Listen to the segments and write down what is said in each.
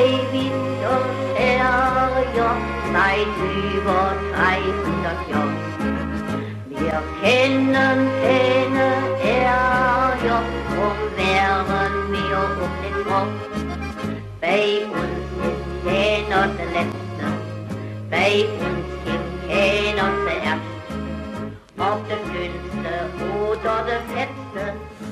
Neuwied und Herrjoch seit über 300 Jahren. Wir kennen keine Herrjoch, drum wären wir um den Rock. Bei uns ist keiner der Letzte, bei uns gibt keiner zuerst. Ob der Dünnste oder der Fetzte.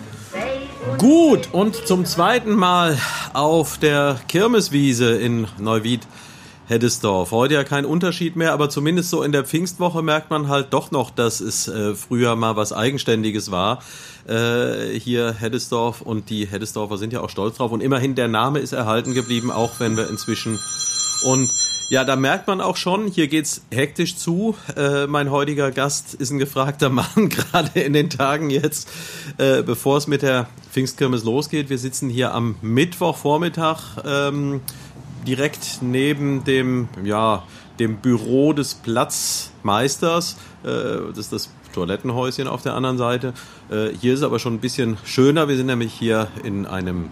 Gut, und zum zweiten Mal auf der Kirmeswiese in Neuwied-Heddesdorf. Heute ja kein Unterschied mehr, aber zumindest so in der Pfingstwoche merkt man halt doch noch, dass es früher mal was Eigenständiges war. Hier Heddesdorf, und die Heddesdorfer sind ja auch stolz drauf. Und immerhin, der Name ist erhalten geblieben, auch wenn wir inzwischen... Und ja, da merkt man auch schon, hier geht's hektisch zu. Mein heutiger Gast ist ein gefragter Mann, gerade in den Tagen jetzt, bevor es mit der Pfingstkirmes losgeht. Wir sitzen hier am Mittwochvormittag direkt neben dem Büro des Platzmeisters. Das ist das Toilettenhäuschen auf der anderen Seite. Hier ist es aber schon ein bisschen schöner. Wir sind nämlich hier in einem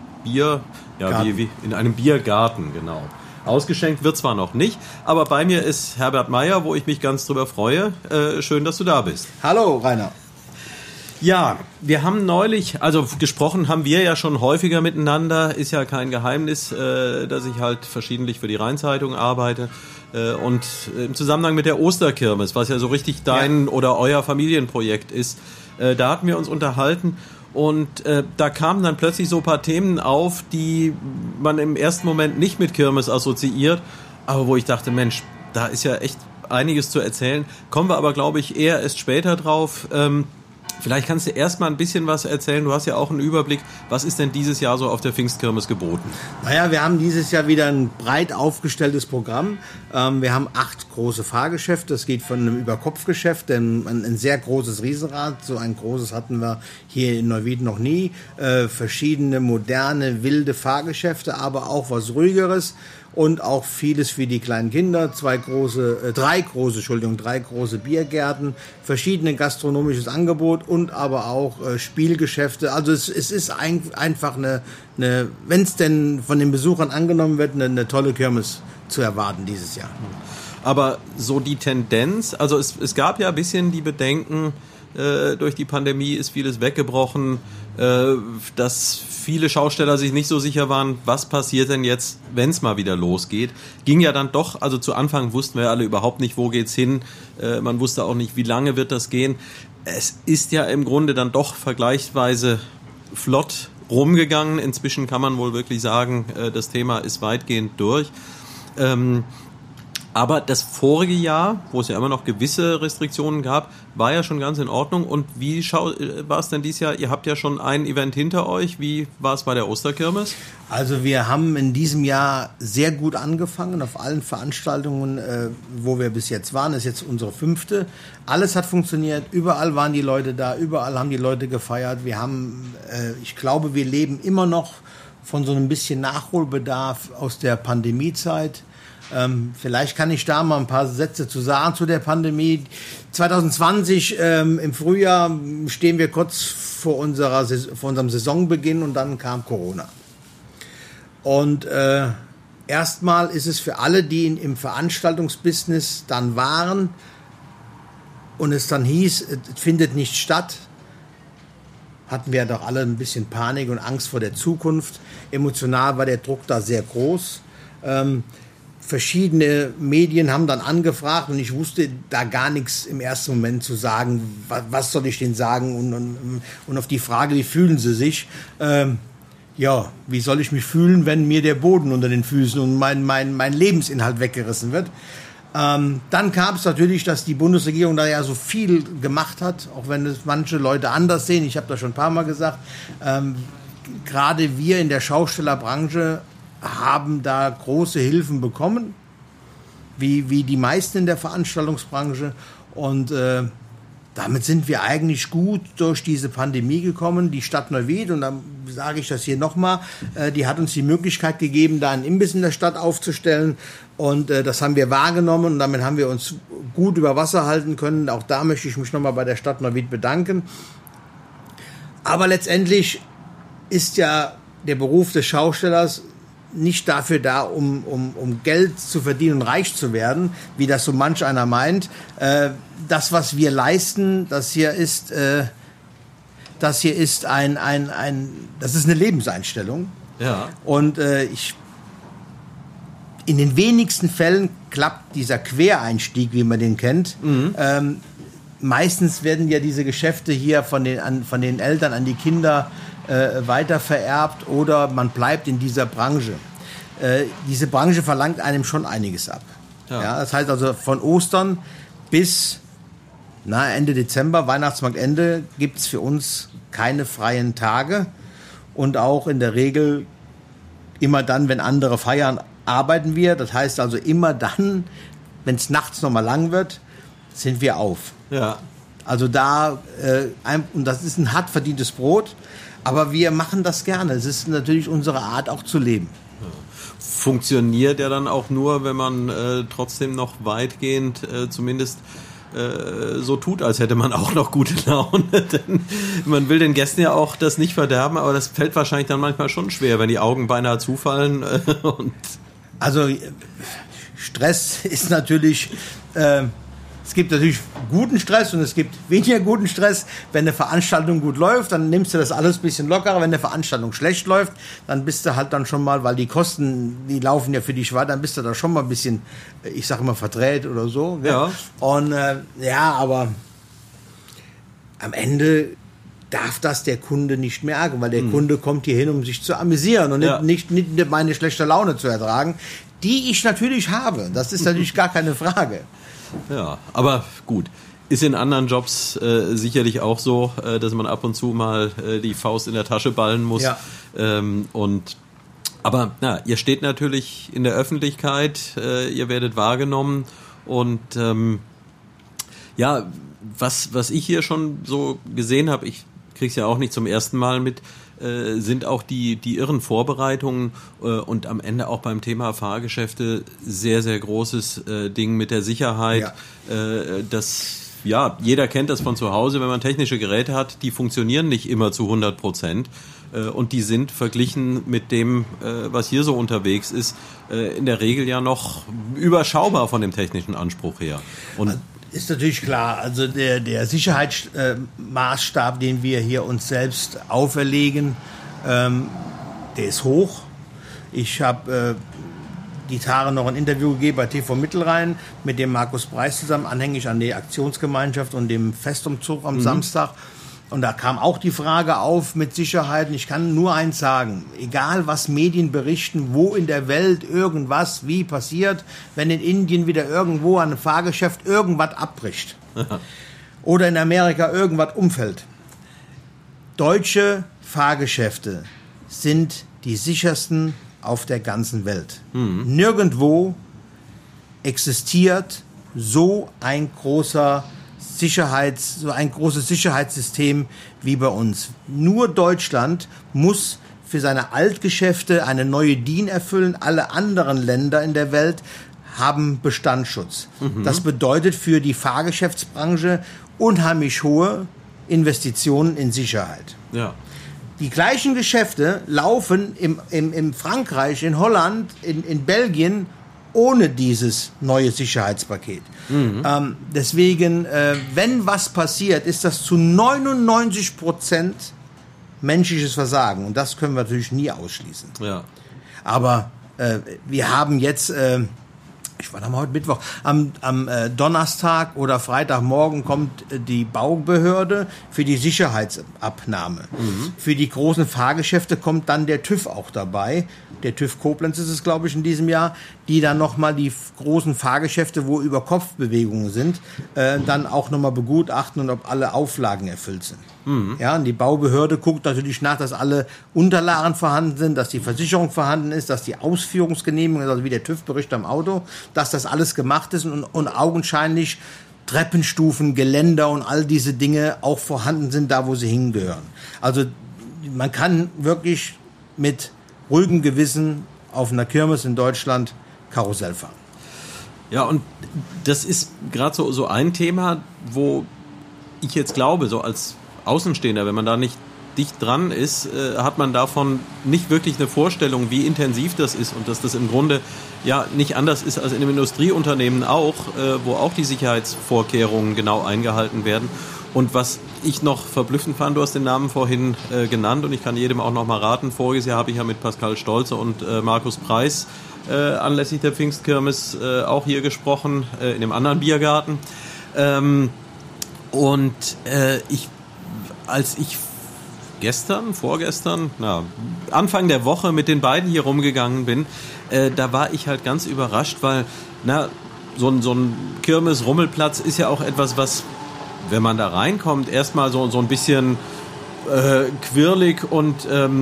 in einem Biergarten, genau. Ausgeschenkt wird zwar noch nicht, aber bei mir ist Herbert Meyer, wo ich mich ganz drüber freue. Schön, dass du da bist. Hallo, Rainer. Ja, wir haben neulich, also gesprochen haben wir ja schon häufiger miteinander, ist ja kein Geheimnis, dass ich halt verschiedentlich für die Rheinzeitung arbeite. Und im Zusammenhang mit der Osterkirmes, was ja so richtig dein oder euer Familienprojekt ist, da hatten wir uns unterhalten. Und da kamen dann plötzlich so ein paar Themen auf, die man im ersten Moment nicht mit Kirmes assoziiert, aber wo ich dachte, Mensch, da ist ja echt einiges zu erzählen. Kommen wir aber, glaube ich, eher erst später drauf. Vielleicht kannst du erst mal ein bisschen was erzählen. Du hast ja auch einen Überblick. Was ist denn dieses Jahr so auf der Pfingstkirmes geboten? Naja, wir haben dieses Jahr wieder ein breit aufgestelltes Programm. Wir haben 8 große Fahrgeschäfte. Das geht von einem Überkopfgeschäft, ein sehr großes Riesenrad. So ein großes hatten wir hier in Neuwied noch nie. Verschiedene moderne, wilde Fahrgeschäfte, aber auch was Ruhigeres. Und auch vieles für die kleinen Kinder, drei große Biergärten, verschiedene gastronomisches Angebot und aber auch Spielgeschäfte. Also es ist einfach eine, wenn es denn von den Besuchern angenommen wird, eine tolle Kirmes zu erwarten dieses Jahr. Aber so die Tendenz, also es gab ja ein bisschen die Bedenken, durch die Pandemie ist vieles weggebrochen, dass viele Schausteller sich nicht so sicher waren, was passiert denn jetzt, wenn es mal wieder losgeht. Ging ja dann doch, also zu Anfang wussten wir alle überhaupt nicht, wo geht's hin. Man wusste auch nicht, wie lange wird das gehen. Es ist ja im Grunde dann doch vergleichsweise flott rumgegangen. Inzwischen kann man wohl wirklich sagen, das Thema ist weitgehend durch. Aber das vorige Jahr, wo es ja immer noch gewisse Restriktionen gab, war ja schon ganz in Ordnung. Und wie war es denn dieses Jahr? Ihr habt ja schon ein Event hinter euch. Wie war es bei der Osterkirmes? Also wir haben in diesem Jahr sehr gut angefangen auf allen Veranstaltungen, wo wir bis jetzt waren. Das ist jetzt unsere 5. Alles hat funktioniert. Überall waren die Leute da. Überall haben die Leute gefeiert. Wir haben, ich glaube, wir leben immer noch von so einem bisschen Nachholbedarf aus der Pandemiezeit. Vielleicht kann ich da mal ein paar Sätze zu sagen zu der Pandemie. 2020 im Frühjahr stehen wir kurz vor unserem Saisonbeginn und dann kam Corona. Und erstmal ist es für alle, die im Veranstaltungsbusiness dann waren und es dann hieß, es findet nicht statt, hatten wir doch alle ein bisschen Panik und Angst vor der Zukunft. Emotional war der Druck da sehr groß. Verschiedene Medien haben dann angefragt und ich wusste da gar nichts im ersten Moment zu sagen, was soll ich denen sagen und auf die Frage, wie fühlen sie sich, wie soll ich mich fühlen, wenn mir der Boden unter den Füßen und mein Lebensinhalt weggerissen wird. Dann kam es natürlich, dass die Bundesregierung da ja so viel gemacht hat, auch wenn es manche Leute anders sehen, ich habe das schon ein paar Mal gesagt, gerade wir in der Schaustellerbranche haben da große Hilfen bekommen, wie die meisten in der Veranstaltungsbranche. Und damit sind wir eigentlich gut durch diese Pandemie gekommen. Die Stadt Neuwied, und dann sage ich das hier nochmal, die hat uns die Möglichkeit gegeben, da einen Imbiss in der Stadt aufzustellen. Und das haben wir wahrgenommen und damit haben wir uns gut über Wasser halten können. Auch da möchte ich mich nochmal bei der Stadt Neuwied bedanken. Aber letztendlich ist ja der Beruf des Schaustellers nicht dafür da, um Geld zu verdienen und reich zu werden, wie das so manch einer meint. Das, was wir leisten, das hier ist das ist eine Lebenseinstellung. Ja. Und in den wenigsten Fällen klappt dieser Quereinstieg, wie man den kennt. Meistens werden ja diese Geschäfte hier von den Eltern an die Kinder weiter vererbt oder man bleibt in dieser Branche. Diese Branche verlangt einem schon einiges ab. Ja, das heißt also von Ostern bis Ende Dezember, Weihnachtsmarktende, gibt es für uns keine freien Tage. Und auch in der Regel immer dann, wenn andere feiern, arbeiten wir. Das heißt also immer dann, wenn es nachts nochmal lang wird, sind wir auf. Ja. Also und das ist ein hart verdientes Brot, aber wir machen das gerne. Es ist natürlich unsere Art auch zu leben. Funktioniert ja dann auch nur, wenn man trotzdem noch weitgehend zumindest so tut, als hätte man auch noch gute Laune, denn man will den Gästen ja auch das nicht verderben, aber das fällt wahrscheinlich dann manchmal schon schwer, wenn die Augen beinahe zufallen. Also Stress ist natürlich, es gibt natürlich guten Stress und es gibt weniger guten Stress. Wenn eine Veranstaltung gut läuft, dann nimmst du das alles ein bisschen lockerer. Wenn eine Veranstaltung schlecht läuft, dann bist du halt dann schon mal, weil die Kosten, die laufen ja für dich weiter, dann bist du da schon mal ein bisschen, ich sage immer, verdreht oder so. Ja. Und aber am Ende darf das der Kunde nicht merken, weil der Kunde kommt hier hin, um sich zu amüsieren und nicht meine schlechte Laune zu ertragen, die ich natürlich habe. Das ist natürlich gar keine Frage. Ja, aber gut. Ist in anderen Jobs sicherlich auch so, dass man ab und zu mal die Faust in der Tasche ballen muss. Ja. Aber ihr steht natürlich in der Öffentlichkeit, ihr werdet wahrgenommen und was ich hier schon so gesehen habe, ich krieg's ja auch nicht zum ersten Mal mit, sind auch die irren Vorbereitungen und am Ende auch beim Thema Fahrgeschäfte sehr, sehr großes Ding mit der Sicherheit. Ja. Jeder kennt das von zu Hause, wenn man technische Geräte hat, die funktionieren nicht immer zu 100%. Und die sind verglichen mit dem, was hier so unterwegs ist, in der Regel ja noch überschaubar von dem technischen Anspruch her. Und ist natürlich klar, also der Sicherheitsmaßstab, den wir hier uns selbst auferlegen, der ist hoch. Ich habe die Tage noch ein Interview gegeben bei TV Mittelrhein mit dem Markus Preis zusammen, anhängig an die Aktionsgemeinschaft und dem Festumzug am Samstag. Und da kam auch die Frage auf mit Sicherheit. Und ich kann nur eins sagen, egal was Medien berichten, wo in der Welt irgendwas wie passiert, wenn in Indien wieder irgendwo an einem Fahrgeschäft irgendwas abbricht oder in Amerika irgendwas umfällt. Deutsche Fahrgeschäfte sind die sichersten auf der ganzen Welt. Nirgendwo existiert so ein großes Sicherheitssystem wie bei uns. Nur Deutschland muss für seine Altgeschäfte eine neue DIN erfüllen. Alle anderen Länder in der Welt haben Bestandsschutz. Das bedeutet für die Fahrgeschäftsbranche unheimlich hohe Investitionen in Sicherheit. ja. Die gleichen Geschäfte laufen in Frankreich, in Holland, in Belgien ohne dieses neue Sicherheitspaket. Deswegen, wenn was passiert, ist das zu 99% menschliches Versagen. Und das können wir natürlich nie ausschließen. Ja. Aber wir haben jetzt, ich war da mal heute Mittwoch, am Donnerstag oder Freitagmorgen kommt die Baubehörde für die Sicherheitsabnahme. Für die großen Fahrgeschäfte kommt dann der TÜV auch dabei. Der TÜV Koblenz ist es, glaube ich, in diesem Jahr, die dann nochmal die großen Fahrgeschäfte, wo Über-Kopf-Bewegungen sind, dann auch nochmal begutachten und ob alle Auflagen erfüllt sind. Ja, und die Baubehörde guckt natürlich nach, dass alle Unterlagen vorhanden sind, dass die Versicherung vorhanden ist, dass die Ausführungsgenehmigung, also wie der TÜV-Bericht am Auto, dass das alles gemacht ist und augenscheinlich Treppenstufen, Geländer und all diese Dinge auch vorhanden sind, da wo sie hingehören. Also man kann wirklich mit ruhigem Gewissen auf einer Kirmes in Deutschland Karussell fahren. Ja, und das ist gerade so ein Thema, wo ich jetzt glaube, so als Außenstehender, wenn man da nicht dicht dran ist, hat man davon nicht wirklich eine Vorstellung, wie intensiv das ist und dass das im Grunde ja nicht anders ist als in einem Industrieunternehmen auch, wo auch die Sicherheitsvorkehrungen genau eingehalten werden. Und was ich noch verblüffend fand, du hast den Namen vorhin genannt und ich kann jedem auch noch mal raten, voriges Jahr habe ich ja mit Pascal Stolze und Markus Preis anlässlich der Pfingstkirmes auch hier gesprochen, in dem anderen Biergarten. Als ich vorgestern, Anfang der Woche mit den beiden hier rumgegangen bin, da war ich halt ganz überrascht, weil so ein Kirmes-Rummelplatz ist ja auch etwas, was, wenn man da reinkommt, erstmal so ein bisschen quirlig und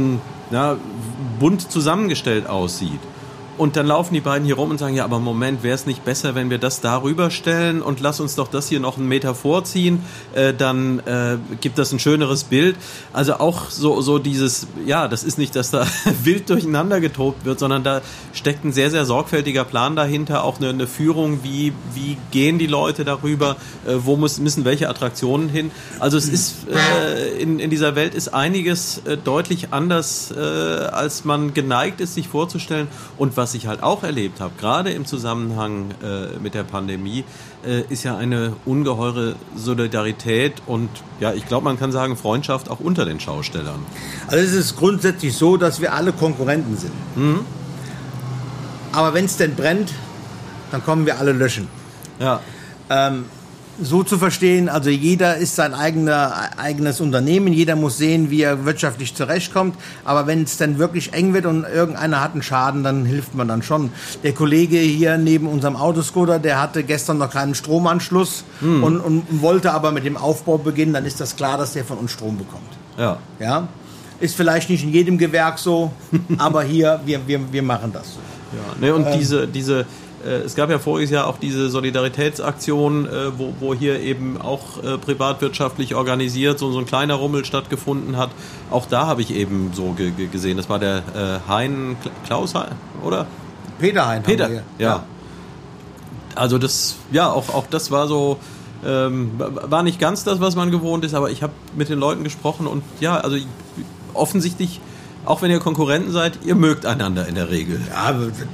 bunt zusammengestellt aussieht. Und dann laufen die beiden hier rum und sagen, ja, aber Moment, wäre es nicht besser, wenn wir das darüber stellen und lass uns doch das hier noch einen Meter vorziehen, dann gibt das ein schöneres Bild. Also auch so dieses, ja, das ist nicht, dass da wild durcheinander getobt wird, sondern da steckt ein sehr, sehr sorgfältiger Plan dahinter, auch eine Führung, wie gehen die Leute darüber, wo müssen welche Attraktionen hin. Also es ist, in dieser Welt ist einiges deutlich anders, als man geneigt ist, sich vorzustellen. Und was ich halt auch erlebt habe, gerade im Zusammenhang mit der Pandemie, ist ja eine ungeheure Solidarität und ja, ich glaube, man kann sagen Freundschaft auch unter den Schaustellern. Also es ist grundsätzlich so, dass wir alle Konkurrenten sind. Mhm. Aber wenn es denn brennt, dann kommen wir alle löschen. Ja. So zu verstehen, also jeder ist sein eigenes Unternehmen, jeder muss sehen, wie er wirtschaftlich zurechtkommt, aber wenn es dann wirklich eng wird und irgendeiner hat einen Schaden, dann hilft man dann schon. Der Kollege hier neben unserem Autoscooter, der hatte gestern noch keinen Stromanschluss und wollte aber mit dem Aufbau beginnen, dann ist das klar, dass der von uns Strom bekommt. Ja? Ist vielleicht nicht in jedem Gewerk so, aber hier, wir machen das so. Ja, ne, und es gab ja voriges Jahr auch diese Solidaritätsaktion, wo hier eben auch privatwirtschaftlich organisiert so ein kleiner Rummel stattgefunden hat. Auch da habe ich eben so gesehen. Das war der Klaus Hein, oder? Peter Hein. Peter, ja. Also das, ja, auch das war so, war nicht ganz das, was man gewohnt ist, aber ich habe mit den Leuten gesprochen und ja, also offensichtlich, auch wenn ihr Konkurrenten seid, ihr mögt einander in der Regel. Ja,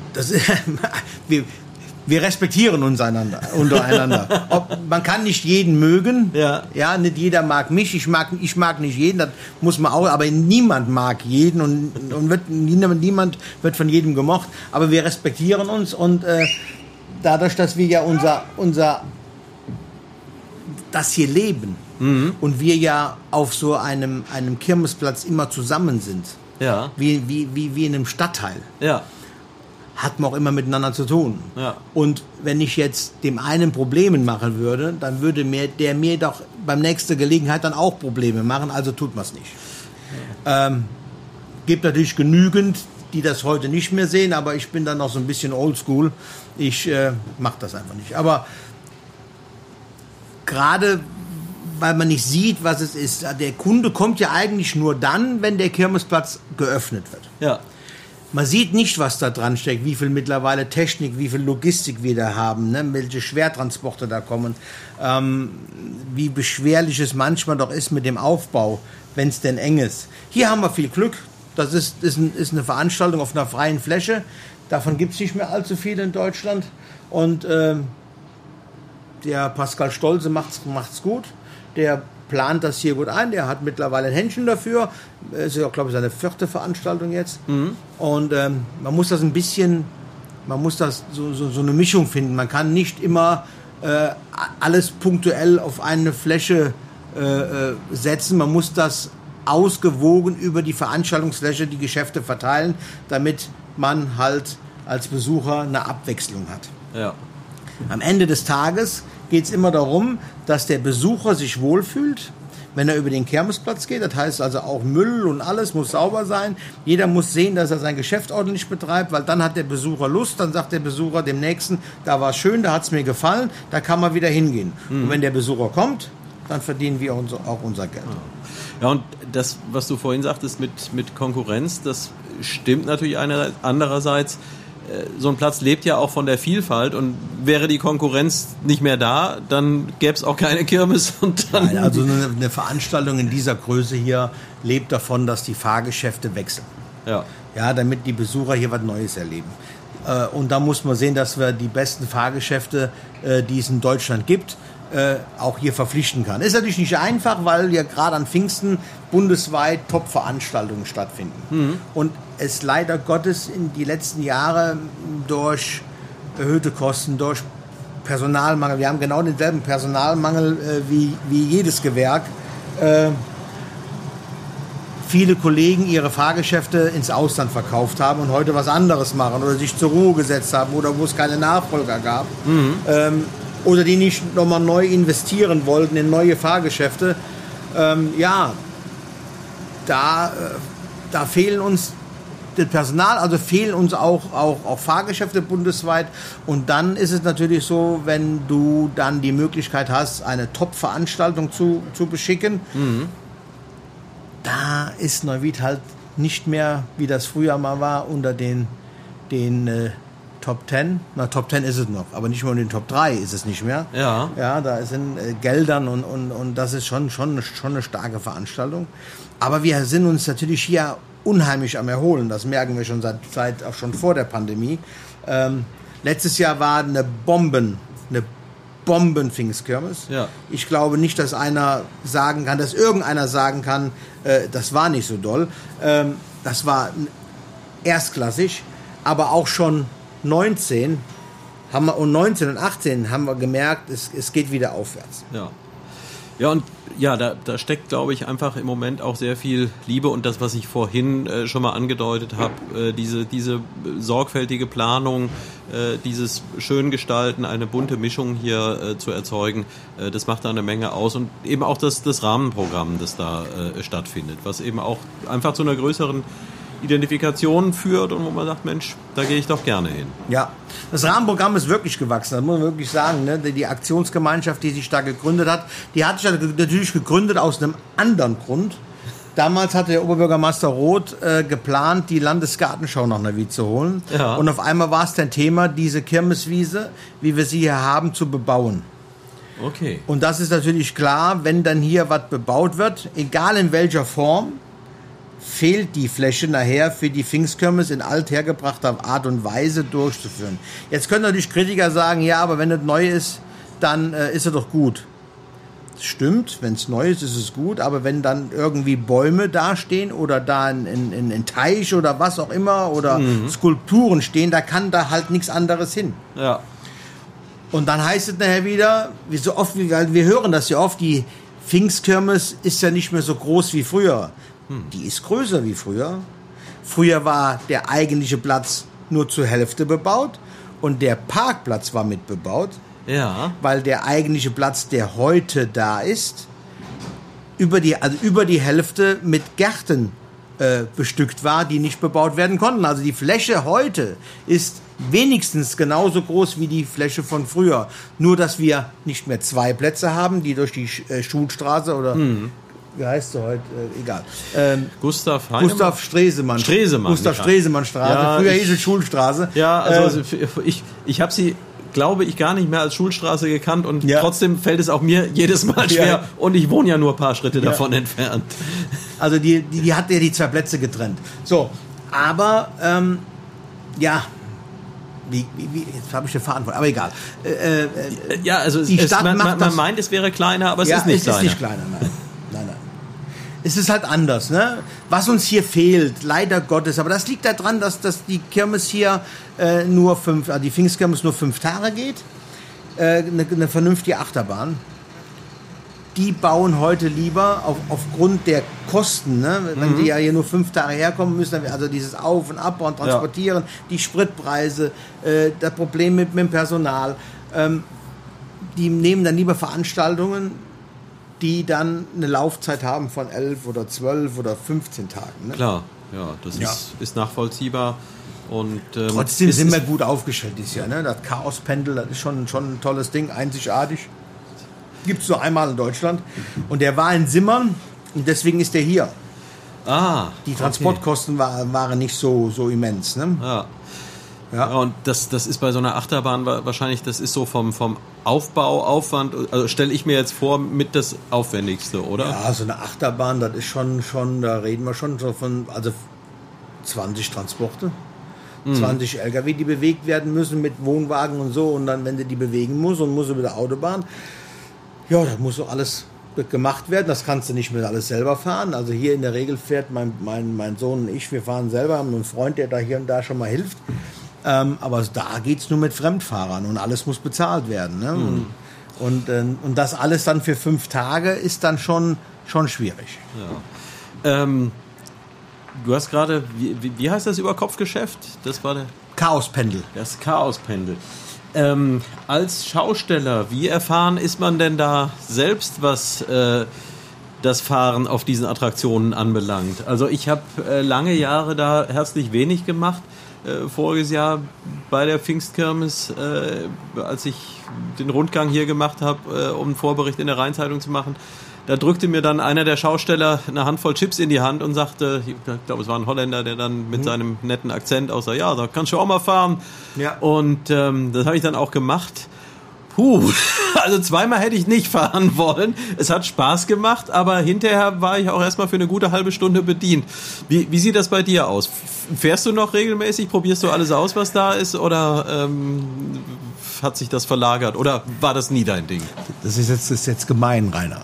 wir respektieren uns untereinander. Man kann nicht jeden mögen. Ja, nicht jeder mag mich. Ich mag nicht jeden. Das muss man auch. Aber niemand mag jeden und niemand wird von jedem gemocht. Aber wir respektieren uns und dadurch, dass wir ja unser das hier leben und wir ja auf so einem Kirmesplatz immer zusammen sind. Ja. Wie in einem Stadtteil. Ja. Hat man auch immer miteinander zu tun. Ja. Und wenn ich jetzt dem einen Probleme machen würde, dann würde der mir doch beim nächsten Gelegenheit dann auch Probleme machen, also tut man es nicht. Ja. Gibt natürlich genügend, die das heute nicht mehr sehen, aber ich bin dann noch so ein bisschen oldschool. Ich mache das einfach nicht. Aber gerade weil man nicht sieht, was es ist. Der Kunde kommt ja eigentlich nur dann, wenn der Kirmesplatz geöffnet wird. Ja. Man sieht nicht, was da dran steckt, wie viel mittlerweile Technik, wie viel Logistik wir da haben, ne? Welche Schwertransporte da kommen, wie beschwerlich es manchmal doch ist mit dem Aufbau, wenn es denn eng ist. Hier haben wir viel Glück. Das ist eine Veranstaltung auf einer freien Fläche. Davon gibt es nicht mehr allzu viele in Deutschland. Und der Pascal Stolze macht's gut. Der plant das hier gut ein. Der hat mittlerweile ein Händchen dafür. Es ist ja, glaube ich, seine 4. Veranstaltung jetzt. Mhm. Und man muss das so eine Mischung finden. Man kann nicht immer alles punktuell auf eine Fläche setzen. Man muss das ausgewogen über die Veranstaltungsfläche, die Geschäfte verteilen, damit man halt als Besucher eine Abwechslung hat. Ja. Am Ende des Tages geht es immer darum, dass der Besucher sich wohlfühlt, wenn er über den Kirmesplatz geht. Das heißt also auch Müll und alles muss sauber sein. Jeder muss sehen, dass er sein Geschäft ordentlich betreibt, weil dann hat der Besucher Lust. Dann sagt der Besucher dem Nächsten, da war es schön, da hat es mir gefallen, da kann man wieder hingehen. Und wenn der Besucher kommt, dann verdienen wir auch unser Geld. Ja, und das, was du vorhin sagtest mit Konkurrenz, das stimmt natürlich andererseits. So ein Platz lebt ja auch von der Vielfalt und wäre die Konkurrenz nicht mehr da, dann gäbe es auch keine Kirmes. Und dann Nein, also eine Veranstaltung in dieser Größe hier, lebt davon, dass die Fahrgeschäfte wechseln. Ja, damit die Besucher hier was Neues erleben. Und da muss man sehen, dass wir die besten Fahrgeschäfte, die es in Deutschland gibt, auch hier verpflichten kann. Ist natürlich nicht einfach, weil ja gerade an Pfingsten bundesweit Top-Veranstaltungen stattfinden. Und es leider Gottes in die letzten Jahre durch erhöhte Kosten, durch Personalmangel, wir haben genau denselben Personalmangel wie jedes Gewerk, viele Kollegen ihre Fahrgeschäfte ins Ausland verkauft haben und heute was anderes machen oder sich zur Ruhe gesetzt haben oder wo es keine Nachfolger gab. Oder die nicht nochmal neu investieren wollten in neue Fahrgeschäfte. Da fehlen uns das Personal, also fehlen uns auch Fahrgeschäfte bundesweit. Und dann ist es natürlich so, wenn du dann die Möglichkeit hast, eine Top-Veranstaltung zu beschicken, da ist Neuwied halt nicht mehr, wie das früher mal war, unter den Top 10. Na, Top 10 ist es noch, aber nicht mehr in den Top 3 ist es nicht mehr. Ja, da sind Geldern und das ist schon eine starke Veranstaltung. Aber wir sind uns natürlich hier unheimlich am Erholen. Das merken wir schon seit auch schon vor der Pandemie. Letztes Jahr war eine Bomben-Pfingstkirmes. Ja. Ich glaube nicht, dass irgendeiner sagen kann, das war nicht so doll. Das war erstklassig, aber auch schon 19 und 18 haben wir gemerkt, es geht wieder aufwärts. Ja, und da steckt, glaube ich, einfach im Moment auch sehr viel Liebe und das, was ich vorhin schon mal angedeutet habe, diese sorgfältige Planung, dieses Schöngestalten, eine bunte Mischung hier zu erzeugen, das macht da eine Menge aus und eben auch das Rahmenprogramm, das da stattfindet, was eben auch einfach zu einer größeren Identifikation führt und wo man sagt, Mensch, da gehe ich doch gerne hin. Ja, das Rahmenprogramm ist wirklich gewachsen, das muss man wirklich sagen. Ne? Die Aktionsgemeinschaft, die sich da gegründet hat, die hat sich natürlich gegründet aus einem anderen Grund. Damals hatte der Oberbürgermeister Roth geplant, die Landesgartenschau nach Neuwied zu holen. Ja. Und auf einmal war es dann Thema, diese Kirmeswiese, wie wir sie hier haben, zu bebauen. Okay. Und das ist natürlich klar, wenn dann hier was bebaut wird, egal in welcher Form, fehlt die Fläche nachher für die Pfingstkirmes in althergebrachter Art und Weise durchzuführen. Jetzt können natürlich Kritiker sagen, ja, aber wenn es neu ist, dann ist es doch gut. Das stimmt, wenn es neu ist, ist es gut, aber wenn dann irgendwie Bäume dastehen oder da ein Teich oder was auch immer oder Skulpturen stehen, da kann da halt nichts anderes hin. Ja. Und dann heißt es nachher wieder, wie so oft, wir hören das ja oft, die Pfingstkirmes ist ja nicht mehr so groß wie früher. Die ist größer wie früher. Früher war der eigentliche Platz nur zur Hälfte bebaut und der Parkplatz war mit bebaut. Ja. Weil der eigentliche Platz, der heute da ist, über die Hälfte mit Gärten bestückt war, die nicht bebaut werden konnten. Also die Fläche heute ist wenigstens genauso groß wie die Fläche von früher. Nur, dass wir nicht mehr 2 Plätze haben, die durch die Schulstraße oder wie heißt sie heute? Egal. Gustav Stresemann. Gustav Stresemann-Straße. Ja, früher hieß es Schulstraße. Ja, also ich habe sie, glaube ich, gar nicht mehr als Schulstraße gekannt und trotzdem fällt es auch mir jedes Mal schwer und ich wohne ja nur ein paar Schritte davon entfernt. Also die hat ja die 2 Plätze getrennt. So, aber jetzt habe ich den Verantwortung, aber egal. Ja, also die Stadt man meint, es wäre kleiner, aber es ist nicht kleiner. Es ist nicht kleiner, nein. Es ist halt anders, ne? Was uns hier fehlt, leider Gottes, aber das liegt daran, dass die Kirmes hier die Pfingstkirmes nur 5 Tage geht, eine vernünftige Achterbahn. Die bauen heute lieber aufgrund der Kosten, ne? Wenn die ja hier nur 5 Tage herkommen müssen, also dieses Auf- und Abbauen, Transportieren, die Spritpreise, das Problem mit dem Personal, die nehmen dann lieber Veranstaltungen, die dann eine Laufzeit haben von 11 oder 12 oder 15 Tagen. Ne? Klar, ja, das ist nachvollziehbar. Und, trotzdem sind wir gut aufgestellt dieses Jahr. Ne? Das Chaospendel, das ist schon ein tolles Ding, einzigartig. Gibt es nur einmal in Deutschland. Und der war in Simmern und deswegen ist der hier. Die Transportkosten waren nicht so immens. Ne? Ja. Ja, und das ist bei so einer Achterbahn wahrscheinlich, das ist so vom Aufbauaufwand, also stelle ich mir jetzt vor, mit das Aufwendigste, oder? Ja, so eine Achterbahn, das ist schon, da reden wir schon so von, also 20 Transporte, 20 LKW, die bewegt werden müssen mit Wohnwagen und so, und dann, wenn du die bewegen musst und musst über die Autobahn, ja, das muss so alles gemacht werden, das kannst du nicht mehr alles selber fahren. Also hier in der Regel fährt mein Sohn und ich, wir fahren selber, haben einen Freund, der da hier und da schon mal hilft. Aber da geht es nur mit Fremdfahrern und alles muss bezahlt werden. Ne? Und das alles dann für 5 Tage ist dann schon schwierig. Ja. Du hast gerade, wie heißt das Überkopfgeschäft? Das war der Chaospendel. Das Chaospendel. Als Schausteller, wie erfahren ist man denn da selbst, was das Fahren auf diesen Attraktionen anbelangt? Also ich habe lange Jahre da herzlich wenig gemacht. Voriges Jahr bei der Pfingstkirmes, als ich den Rundgang hier gemacht habe, um einen Vorbericht in der Rheinzeitung zu machen, da drückte mir dann einer der Schausteller eine Handvoll Chips in die Hand und sagte, ich glaube, es war ein Holländer, der dann mit seinem netten Akzent auch sagt, ja, da kannst du auch mal fahren. Ja. Und das habe ich dann auch gemacht. Also zweimal hätte ich nicht fahren wollen. Es hat Spaß gemacht, aber hinterher war ich auch erstmal für eine gute halbe Stunde bedient. Wie sieht das bei dir aus? Fährst du noch regelmäßig? Probierst du alles aus, was da ist? Oder hat sich das verlagert? Oder war das nie dein Ding? Das ist jetzt gemein, Rainer.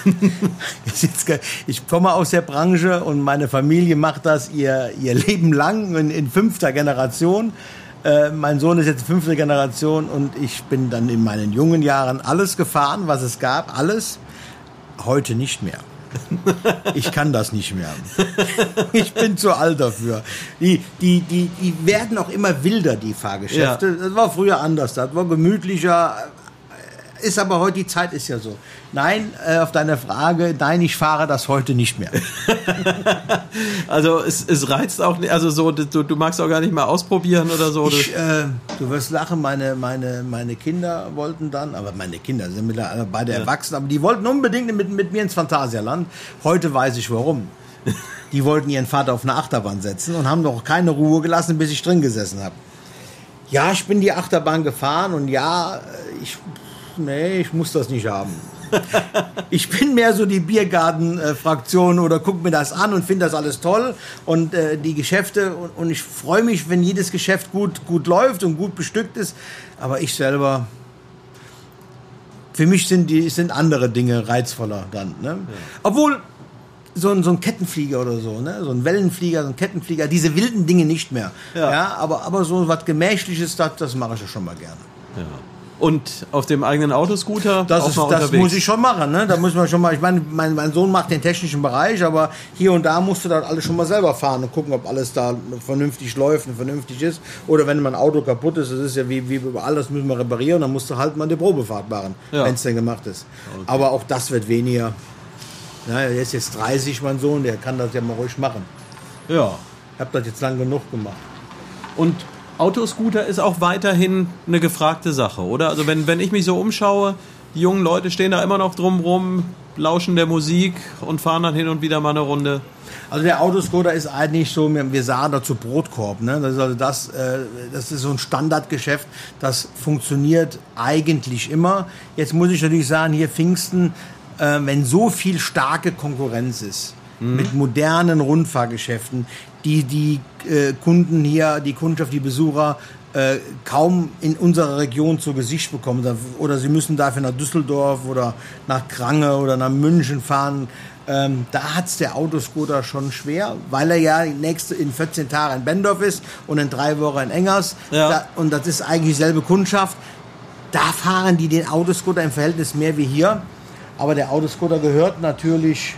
Ich komme aus der Branche und meine Familie macht das ihr Leben lang in 5. Generation. Mein Sohn ist jetzt 5. Generation und ich bin dann in meinen jungen Jahren alles gefahren, was es gab, alles. Heute nicht mehr. Ich kann das nicht mehr. Ich bin zu alt dafür. Die werden auch immer wilder, die Fahrgeschäfte. Ja. Das war früher anders, das war gemütlicher. Ist aber heute, die Zeit ist ja so. Nein, auf deine Frage, nein, ich fahre das heute nicht mehr. Also es reizt auch nicht, also so, du magst auch gar nicht mal ausprobieren oder so? Du wirst lachen, meine Kinder wollten dann, aber meine Kinder sind mittlerweile beide erwachsen, aber die wollten unbedingt mit mir ins Phantasialand. Heute weiß ich warum. Die wollten ihren Vater auf eine Achterbahn setzen und haben doch keine Ruhe gelassen, bis ich drin gesessen habe. Ja, ich bin die Achterbahn gefahren und ja, ich muss das nicht haben. Ich bin mehr so die Biergarten-Fraktion oder gucke mir das an und finde das alles toll und die Geschäfte und ich freue mich, wenn jedes Geschäft gut läuft und gut bestückt ist, aber ich selber, für mich sind andere Dinge reizvoller dann. Ne? Ja. Obwohl so ein Kettenflieger oder so, ne? So ein Wellenflieger, so ein Kettenflieger, diese wilden Dinge nicht mehr. Ja, aber so was Gemächliches, das mache ich ja schon mal gerne. Ja. Und auf dem eigenen Autoscooter das muss ich schon machen, ne? Da muss man schon mal, ich meine, mein Sohn macht den technischen Bereich, aber hier und da musst du dann alles schon mal selber fahren und gucken, ob alles da vernünftig läuft und vernünftig ist. Oder wenn mein Auto kaputt ist, das ist ja wie überall, das müssen wir reparieren, dann musst du halt mal eine Probefahrt machen, wenn es denn gemacht ist. Okay. Aber auch das wird weniger. Ja, der ist jetzt 30, mein Sohn, der kann das ja mal ruhig machen. Ja. Ich habe das jetzt lang genug gemacht. Und Autoscooter ist auch weiterhin eine gefragte Sache, oder? Also wenn ich mich so umschaue, die jungen Leute stehen da immer noch drumrum, lauschen der Musik und fahren dann hin und wieder mal eine Runde. Also der Autoscooter ist eigentlich so, wir sagen dazu Brotkorb, ne? Das ist also das ist so ein Standardgeschäft, das funktioniert eigentlich immer. Jetzt muss ich natürlich sagen, hier Pfingsten, wenn so viel starke Konkurrenz ist, mit modernen Rundfahrgeschäften, die Kunden hier, die Kundschaft, die Besucher kaum in unserer Region zu Gesicht bekommen. Oder sie müssen dafür nach Düsseldorf oder nach Krange oder nach München fahren. Da hat's der Autoscooter schon schwer, weil er ja in 14 Tagen in Bendorf ist und in 3 Wochen in Engers. Ja. Und das ist eigentlich dieselbe Kundschaft. Da fahren die den Autoscooter im Verhältnis mehr wie hier. Aber der Autoscooter gehört natürlich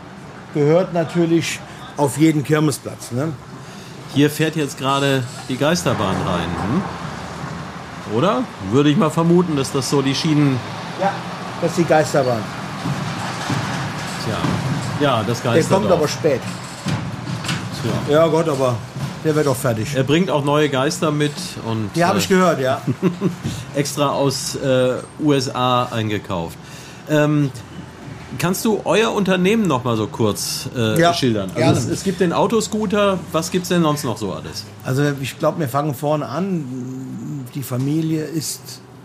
auf jeden Kirmesplatz. Ne? Hier fährt jetzt gerade die Geisterbahn rein, oder? Würde ich mal vermuten, dass das so die Schienen... Ja, das ist die Geisterbahn. Tja, ja, das Geisterdorf. Der kommt aber spät. Tja. Ja Gott, aber der wird auch fertig. Er bringt auch neue Geister mit. Und die habe ich gehört, ja. Extra aus USA eingekauft. Kannst du euer Unternehmen noch mal so kurz schildern? Also es gibt den Autoscooter, was gibt es denn sonst noch so alles? Also ich glaube, wir fangen vorne an. Die Familie ist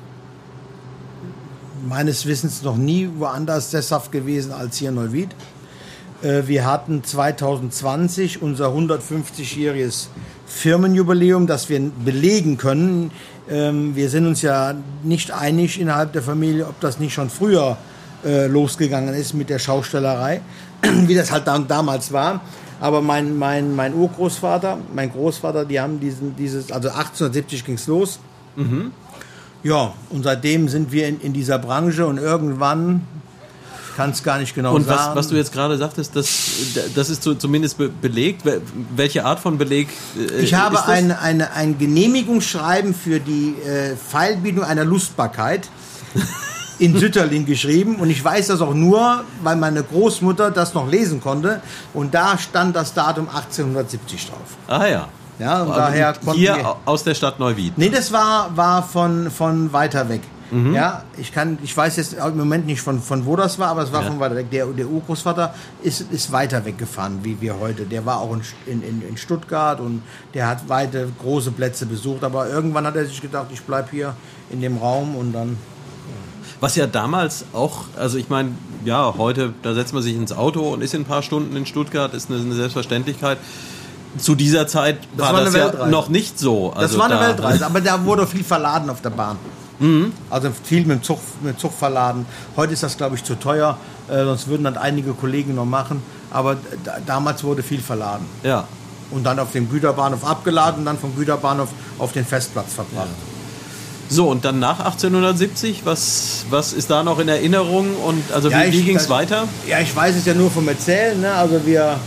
meines Wissens noch nie woanders sesshaft gewesen als hier in Neuwied. Wir hatten 2020 unser 150-jähriges Firmenjubiläum, das wir belegen können. Wir sind uns ja nicht einig innerhalb der Familie, ob das nicht schon früher losgegangen ist mit der Schaustellerei, wie das halt damals war. Aber mein Urgroßvater, mein Großvater, die haben also 1870 ging es los. Mhm. Ja, und seitdem sind wir in dieser Branche und irgendwann, kann es gar nicht genau sagen. Und was du jetzt gerade sagtest, das ist zumindest belegt. Welche Art von Beleg ich habe ist das? ein Genehmigungsschreiben für die Feilbietung einer Lustbarkeit in Sütterling geschrieben. Und ich weiß das auch nur, weil meine Großmutter das noch lesen konnte. Und da stand das Datum 1870 drauf. Ah ja. Ja, und daher hier aus der Stadt Neuwied? Nee, das war von weiter weg. Mhm. Ja, ich weiß jetzt im Moment nicht von wo das war, aber es war von weiter weg. Der Urgroßvater ist weiter weggefahren, wie wir heute. Der war auch in Stuttgart und der hat weite, große Plätze besucht. Aber irgendwann hat er sich gedacht, ich bleibe hier in dem Raum und dann... Was ja damals auch, also ich meine, ja, heute, da setzt man sich ins Auto und ist in ein paar Stunden in Stuttgart, ist eine Selbstverständlichkeit. Zu dieser Zeit war das ja noch nicht so. Also das war eine Weltreise, aber da wurde viel verladen auf der Bahn. Mhm. Also viel mit dem Zug verladen. Heute ist das, glaube ich, zu teuer, sonst würden dann einige Kollegen noch machen. Aber damals wurde viel verladen. Ja. Und dann auf dem Güterbahnhof abgeladen und dann vom Güterbahnhof auf den Festplatz verbracht. Ja. So, und dann nach 1870, was ist da noch in Erinnerung? Und also wie ging es weiter? Ja, ich weiß es ja nur vom Erzählen. Ne? Also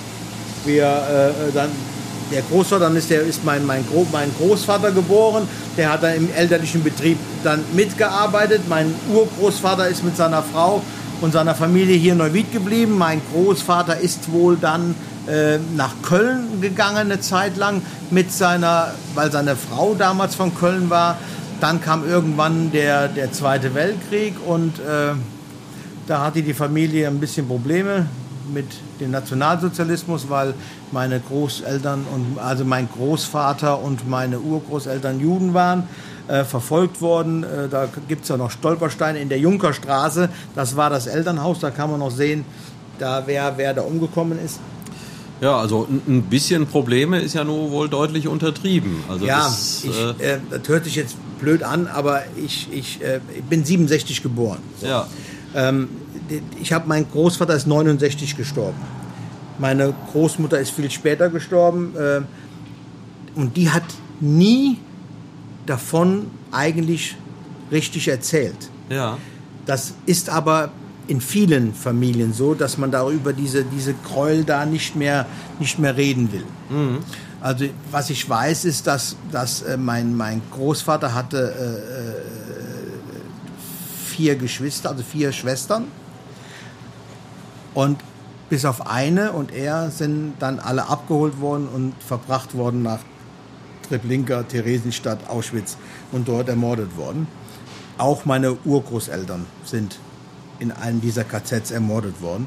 dann der Großvater, dann ist mein Großvater geboren, der hat dann im elterlichen Betrieb dann mitgearbeitet. Mein Urgroßvater ist mit seiner Frau und seiner Familie hier in Neuwied geblieben. Mein Großvater ist wohl dann nach Köln gegangen eine Zeit lang weil seine Frau damals von Köln war. Dann kam irgendwann der Zweite Weltkrieg und da hatte die Familie ein bisschen Probleme mit dem Nationalsozialismus, weil meine Großeltern also mein Großvater und meine Urgroßeltern Juden waren, verfolgt worden. Da gibt es ja noch Stolpersteine in der Junkerstraße. Das war das Elternhaus, da kann man noch sehen, wer da umgekommen ist. Ja, also ein bisschen Probleme ist ja nur wohl deutlich untertrieben. Also ja, das hört sich jetzt blöd an, aber ich bin 67 geboren. So. Ja. Mein Großvater ist 69 gestorben. Meine Großmutter ist viel später gestorben. Und die hat nie davon eigentlich richtig erzählt. Ja. Das ist aber in vielen Familien so, dass man darüber diese Gräuel da nicht mehr reden will. Mhm. Also was ich weiß, ist, dass mein Großvater hatte 4 Geschwister, also 4 Schwestern. Und bis auf eine und er sind dann alle abgeholt worden und verbracht worden nach Treblinka, Theresienstadt, Auschwitz und dort ermordet worden. Auch meine Urgroßeltern sind in einem dieser KZs ermordet worden.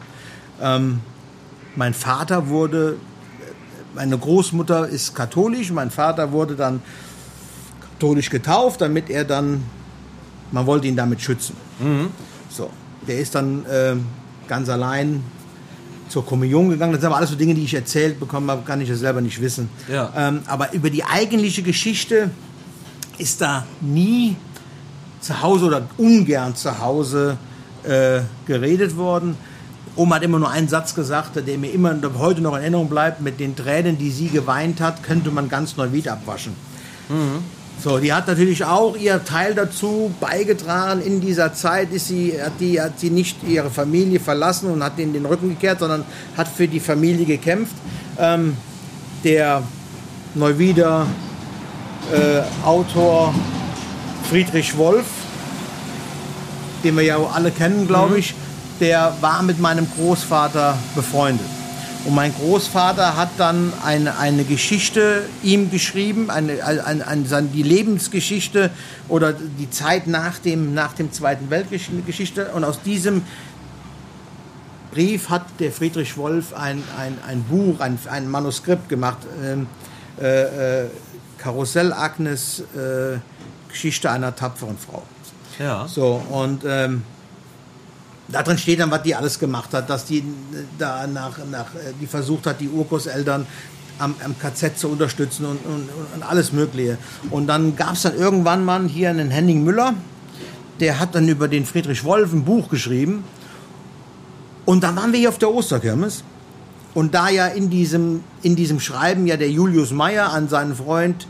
Meine Großmutter ist katholisch, mein Vater wurde dann katholisch getauft, damit man wollte ihn damit schützen. Mhm. So, der ist dann ganz allein zur Kommunion gegangen. Das sind aber alles so Dinge, die ich erzählt bekommen habe, kann ich ja selber nicht wissen. Ja. Aber über die eigentliche Geschichte ist da nie zu Hause oder ungern zu Hause geredet worden. Oma hat immer nur einen Satz gesagt, der mir immer heute noch in Erinnerung bleibt: Mit den Tränen, die sie geweint hat, könnte man ganz Neuwied abwaschen. Mhm. So, die hat natürlich auch ihr Teil dazu beigetragen. In dieser Zeit hat sie nicht ihre Familie verlassen und hat ihnen den Rücken gekehrt, sondern hat für die Familie gekämpft. Der Neuwieder Autor Friedrich Wolf, den wir ja alle kennen, glaube ich, der war mit meinem Großvater befreundet. Und mein Großvater hat dann eine Geschichte ihm geschrieben, die Lebensgeschichte oder die Zeit nach dem Zweiten Weltkrieg Geschichte. Und aus diesem Brief hat der Friedrich Wolf ein Buch, ein Manuskript gemacht, Karussell Agnes, Geschichte einer tapferen Frau. Ja. So, und da drin steht dann, was die alles gemacht hat, dass die da die versucht hat, die Urgroßeltern am KZ zu unterstützen und alles Mögliche. Und dann gab es dann irgendwann mal hier einen Henning Müller, der hat dann über den Friedrich Wolf ein Buch geschrieben. Und dann waren wir hier auf der Osterkirmes. Und da ja in diesem Schreiben ja der Julius Meyer an seinen Freund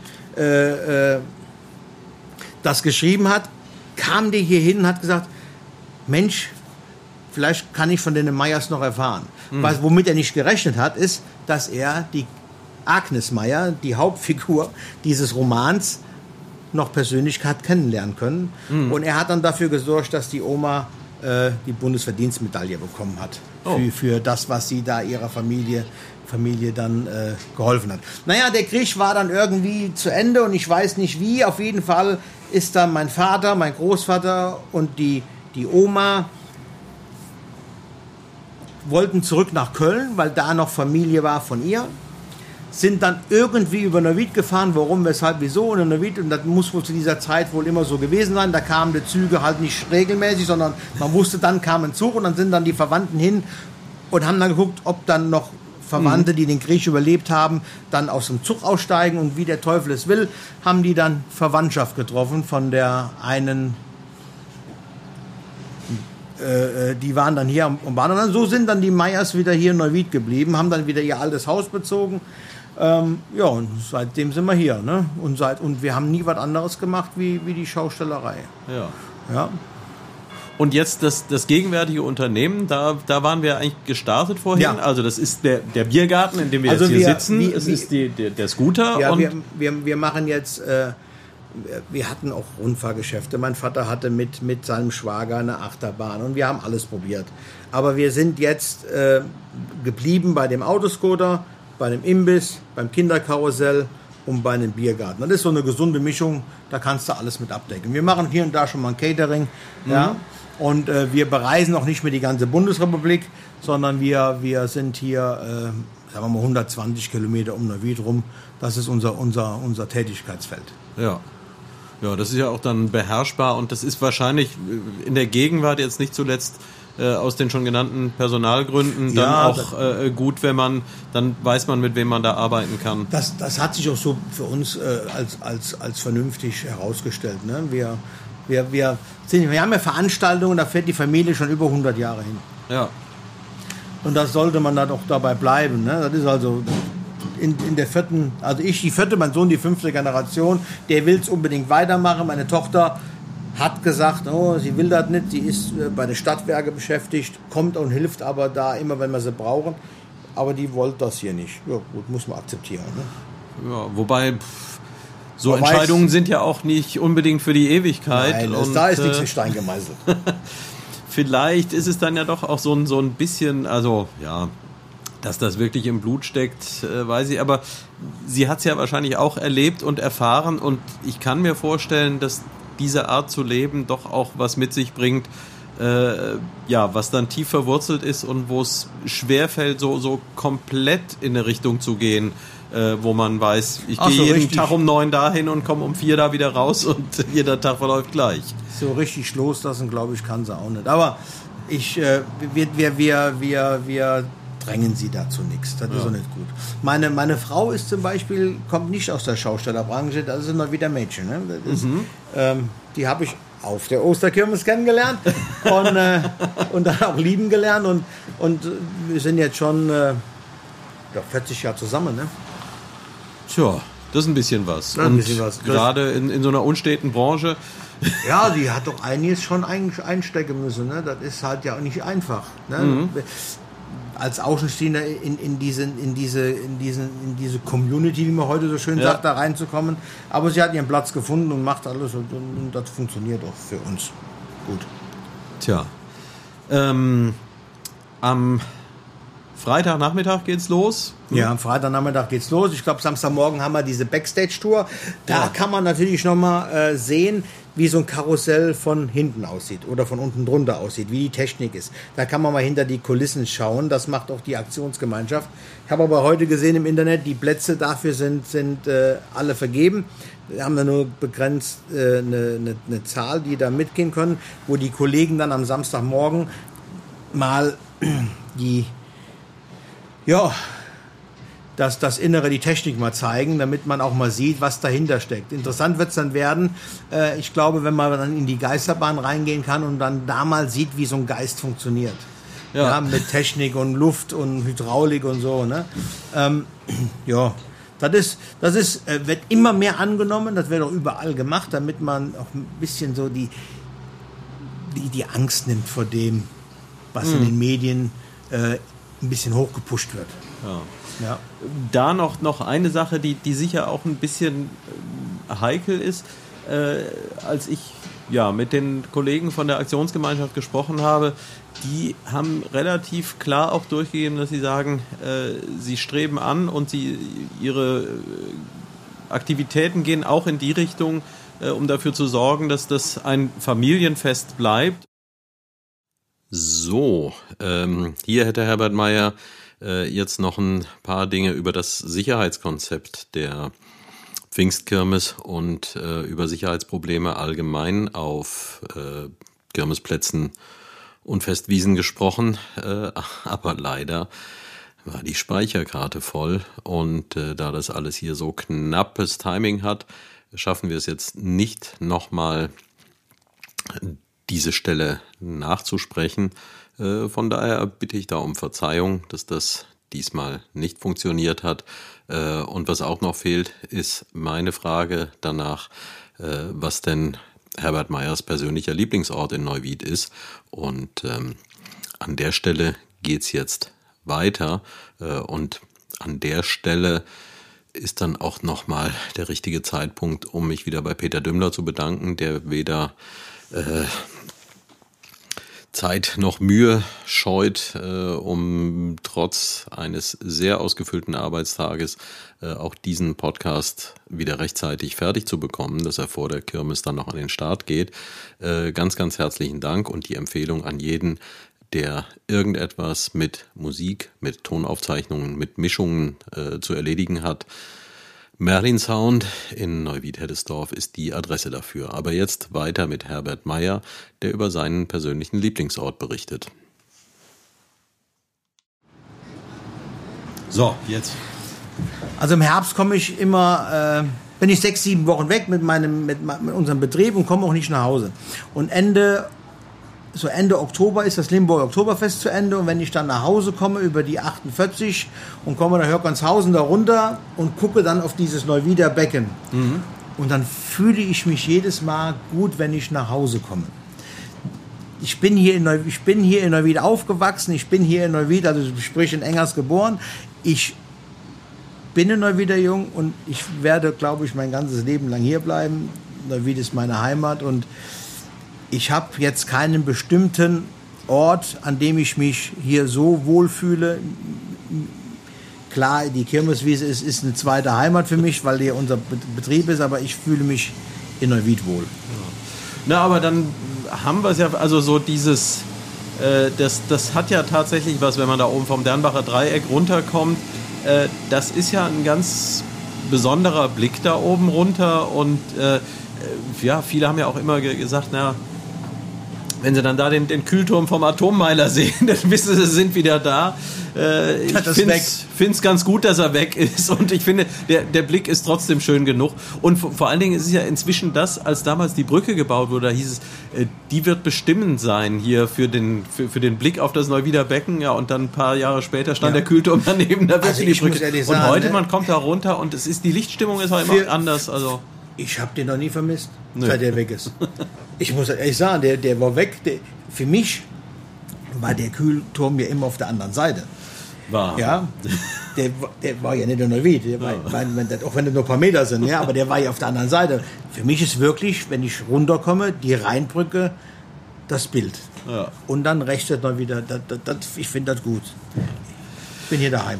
das geschrieben hat, kam der hier hin und hat gesagt, Mensch, vielleicht kann ich von den Meyers noch erfahren. Womit er nicht gerechnet hat, ist, dass er die Agnes Meyer, die Hauptfigur dieses Romans, noch persönlich hat kennenlernen können. Und er hat dann dafür gesorgt, dass die Oma die Bundesverdienstmedaille bekommen hat. Für das, was sie da ihrer Familie dann geholfen hat. Naja, der Krieg war dann irgendwie zu Ende und ich weiß nicht wie. Auf jeden Fall ist dann mein Vater, mein Großvater und die Oma wollten zurück nach Köln, weil da noch Familie war von ihr. Sind dann irgendwie über Neuwied gefahren, warum, weshalb, wieso und Neuwied, und das muss wohl zu dieser Zeit wohl immer so gewesen sein, da kamen die Züge halt nicht regelmäßig, sondern man wusste, dann kam ein Zug und dann sind dann die Verwandten hin und haben dann geguckt, ob dann noch Verwandte, die den Krieg überlebt haben, dann aus dem Zug aussteigen und wie der Teufel es will, haben die dann Verwandtschaft getroffen von der einen, die waren dann hier am Bahnhof. So sind dann die Meyers wieder hier in Neuwied geblieben, haben dann wieder ihr altes Haus bezogen. Ja, und seitdem sind wir hier. Ne? Und wir haben nie was anderes gemacht wie die Schaustellerei. Ja. Und jetzt das gegenwärtige Unternehmen, da waren wir eigentlich gestartet vorhin. Ja. Also das ist der Biergarten, in dem wir jetzt hier sitzen. Es ist der Scooter. Ja, und wir machen jetzt... wir hatten auch Rundfahrgeschäfte. Mein Vater hatte mit seinem Schwager eine Achterbahn und wir haben alles probiert. Aber wir sind jetzt geblieben bei dem Autoscooter, bei dem Imbiss, beim Kinderkarussell und bei einem Biergarten. Das ist so eine gesunde Mischung, da kannst du alles mit abdecken. Wir machen hier und da schon mal ein Catering, ja, und wir bereisen auch nicht mehr die ganze Bundesrepublik, sondern wir sind hier, sagen wir mal 120 Kilometer um Neuwied rum. Das ist unser Tätigkeitsfeld. Ja. Ja, das ist ja auch dann beherrschbar und das ist wahrscheinlich in der Gegenwart jetzt nicht zuletzt aus den schon genannten Personalgründen dann auch gut, wenn man, dann weiß man, mit wem man da arbeiten kann. Das hat sich auch so für uns als vernünftig herausgestellt. Ne? Wir haben ja Veranstaltungen, da fährt die Familie schon über 100 Jahre hin. Ja. Und das sollte man dann auch dabei bleiben. Ne? Das ist also... In der vierten, also die vierte, mein Sohn die 5. Generation, der will es unbedingt weitermachen. Meine Tochter hat gesagt, sie will das nicht, sie ist bei der Stadtwerke beschäftigt, kommt und hilft aber da immer, wenn wir sie brauchen. Aber die wollte das hier nicht. Ja gut, muss man akzeptieren. Ne? Ja, wobei Entscheidungen sind ja auch nicht unbedingt für die Ewigkeit. Nein, da ist nichts in Stein gemeißelt. Vielleicht ist es dann ja doch auch so ein bisschen, also ja... Dass das wirklich im Blut steckt, weiß ich. Aber sie hat es ja wahrscheinlich auch erlebt und erfahren. Und ich kann mir vorstellen, dass diese Art zu leben doch auch was mit sich bringt, was dann tief verwurzelt ist und wo es schwerfällt, so komplett in eine Richtung zu gehen, wo man weiß, ich gehe jeden Tag um 9 dahin und komme um 4 da wieder raus und jeder Tag verläuft gleich. So richtig loslassen, glaube ich, kann sie auch nicht. Aber wir drängen sie dazu nichts. Das ist auch nicht gut. Meine Frau ist zum Beispiel, kommt nicht aus der Schaustellerbranche, das ist immer wieder Mädchen. Ne? Das ist, die habe ich auf der Osterkirmes kennengelernt und dann auch lieben gelernt und wir sind jetzt schon 40 Jahre zusammen. Ne? Tja, das ist ein bisschen was. Und gerade in so einer unsteten Branche. Ja, die hat doch einiges schon einstecken müssen. Ne? Das ist halt ja auch nicht einfach. Ne? Als Außenstehender in diese Community, wie man heute so schön sagt, da reinzukommen. Aber sie hat ihren Platz gefunden und macht alles und das funktioniert auch für uns gut. Tja, am Freitagnachmittag geht's los. Ja, am Freitagnachmittag geht's los. Ich glaube, Samstagmorgen haben wir diese Backstage-Tour. Da kann man natürlich nochmal sehen, wie so ein Karussell von hinten aussieht oder von unten drunter aussieht, wie die Technik ist. Da kann man mal hinter die Kulissen schauen, das macht auch die Aktionsgemeinschaft. Ich habe aber heute gesehen im Internet, die Plätze dafür sind alle vergeben. Wir haben ja nur begrenzt eine Zahl, die da mitgehen können, wo die Kollegen dann am Samstagmorgen mal das Innere, die Technik mal zeigen, damit man auch mal sieht, was dahinter steckt. Interessant wird es dann werden, ich glaube, wenn man dann in die Geisterbahn reingehen kann und dann da mal sieht, wie so ein Geist funktioniert. Ja, mit Technik und Luft und Hydraulik und so. Ne? Das wird immer mehr angenommen, das wird auch überall gemacht, damit man auch ein bisschen so die Angst nimmt vor dem, was in den Medien ein bisschen hochgepusht wird. Ja. Da noch eine Sache, die sicher auch ein bisschen heikel ist. Als ich mit den Kollegen von der Aktionsgemeinschaft gesprochen habe, die haben relativ klar auch durchgegeben, dass sie sagen, sie streben an und ihre Aktivitäten gehen auch in die Richtung, um dafür zu sorgen, dass das ein Familienfest bleibt. So, hier hätte Herbert Meyer jetzt noch ein paar Dinge über das Sicherheitskonzept der Pfingstkirmes und über Sicherheitsprobleme allgemein auf Kirmesplätzen und Festwiesen gesprochen, aber leider war die Speicherkarte voll und da das alles hier so knappes Timing hat, schaffen wir es jetzt nicht nochmal diese Stelle nachzusprechen. Von daher bitte ich da um Verzeihung, dass das diesmal nicht funktioniert hat. Und was auch noch fehlt, ist meine Frage danach, was denn Herbert Meyers persönlicher Lieblingsort in Neuwied ist. Und an der Stelle geht's jetzt weiter. Und an der Stelle ist dann auch nochmal der richtige Zeitpunkt, um mich wieder bei Peter Dümmler zu bedanken, der weder Zeit noch Mühe scheut, um trotz eines sehr ausgefüllten Arbeitstages auch diesen Podcast wieder rechtzeitig fertig zu bekommen, dass er vor der Kirmes dann noch an den Start geht. Ganz, ganz herzlichen Dank und die Empfehlung an jeden, der irgendetwas mit Musik, mit Tonaufzeichnungen, mit Mischungen zu erledigen hat. Merlin Sound in Neuwied-Heddesdorf ist die Adresse dafür. Aber jetzt weiter mit Herbert Meyer, der über seinen persönlichen Lieblingsort berichtet. So, jetzt. Also im Herbst komme ich immer, bin ich 6-7 Wochen weg mit unserem Betrieb und komme auch nicht nach Hause. Und Ende Oktober ist das Limburger Oktoberfest zu Ende und wenn ich dann nach Hause komme über die 48 und komme nach Hörkonshausen da runter und gucke dann auf dieses Neuwieder Becken und dann fühle ich mich jedes Mal gut, wenn ich nach Hause komme. Ich bin hier in Neuwied aufgewachsen, ich bin hier in Neuwied, also sprich in Engers geboren. Ich bin ein Neuwieder Jung und ich werde, glaube ich, mein ganzes Leben lang hier bleiben. Neuwied ist meine Heimat und ich habe jetzt keinen bestimmten Ort, an dem ich mich hier so wohlfühle. Klar, die Kirmeswiese ist eine zweite Heimat für mich, weil hier unser Betrieb ist, aber ich fühle mich in Neuwied wohl. Na, aber dann haben wir es ja, also so dieses, das hat ja tatsächlich was, wenn man da oben vom Dernbacher Dreieck runterkommt. Das ist ja ein ganz besonderer Blick da oben runter und viele haben ja auch immer gesagt, wenn sie dann da den Kühlturm vom Atommeiler sehen, dann wissen sie sind wieder da. Ich finde es ganz gut, dass er weg ist und ich finde, der Blick ist trotzdem schön genug. Und vor allen Dingen ist es ja inzwischen das, als damals die Brücke gebaut wurde, da hieß es, die wird bestimmend sein hier für den Blick auf das Neuwieder Becken. Ja, und dann ein paar Jahre später stand der Kühlturm daneben, da wird die Brücke. Und heute, man kommt da runter und die Lichtstimmung ist auch immer anders. Also ich habe den noch nie vermisst, seit der weg ist. Ich muss ehrlich sagen, der war weg. Für mich war der Kühlturm ja immer auf der anderen Seite. War. Ja, der war ja nicht in Neuwied, auch wenn das nur ein paar Meter sind, ja, aber der war ja auf der anderen Seite. Für mich ist wirklich, wenn ich runterkomme, die Rheinbrücke das Bild. Ja. Und dann rechts noch wieder, ich finde das gut. Ich bin hier daheim.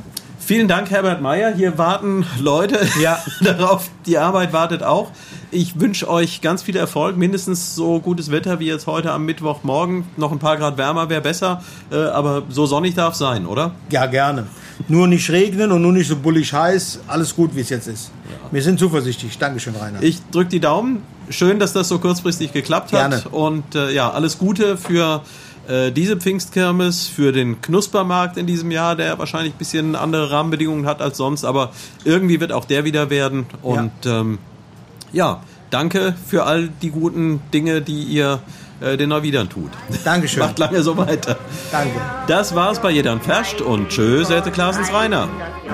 Vielen Dank, Herbert Meyer. Hier warten Leute darauf. Die Arbeit wartet auch. Ich wünsche euch ganz viel Erfolg. Mindestens so gutes Wetter wie jetzt heute am Mittwochmorgen. Noch ein paar Grad wärmer wäre besser. Aber so sonnig darf es sein, oder? Ja, gerne. Nur nicht regnen und nur nicht so bullig heiß. Alles gut, wie es jetzt ist. Ja. Wir sind zuversichtlich. Dankeschön, Rainer. Ich drücke die Daumen. Schön, dass das so kurzfristig geklappt hat. Gerne. Und alles Gute für diese Pfingstkirmes, für den Knuspermarkt in diesem Jahr, der wahrscheinlich ein bisschen andere Rahmenbedingungen hat als sonst, aber irgendwie wird auch der wieder werden. Und danke für all die guten Dinge, die ihr den Neuwiedern tut. Dankeschön. Macht lange so weiter. Danke. Das war's bei Jedern Ferscht und tschüss, hätte Klaasens Rainer.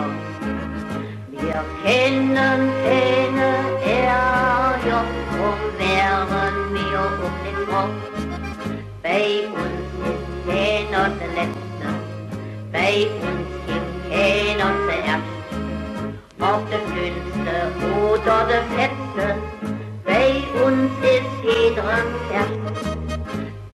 Wir kennen keine RJ, drum wären wir um den Kopf. Bei uns ist keiner der Letzte, bei uns gibt keiner zuerst. Ob der Dünnste oder der Fetzte, bei uns ist jeder erst.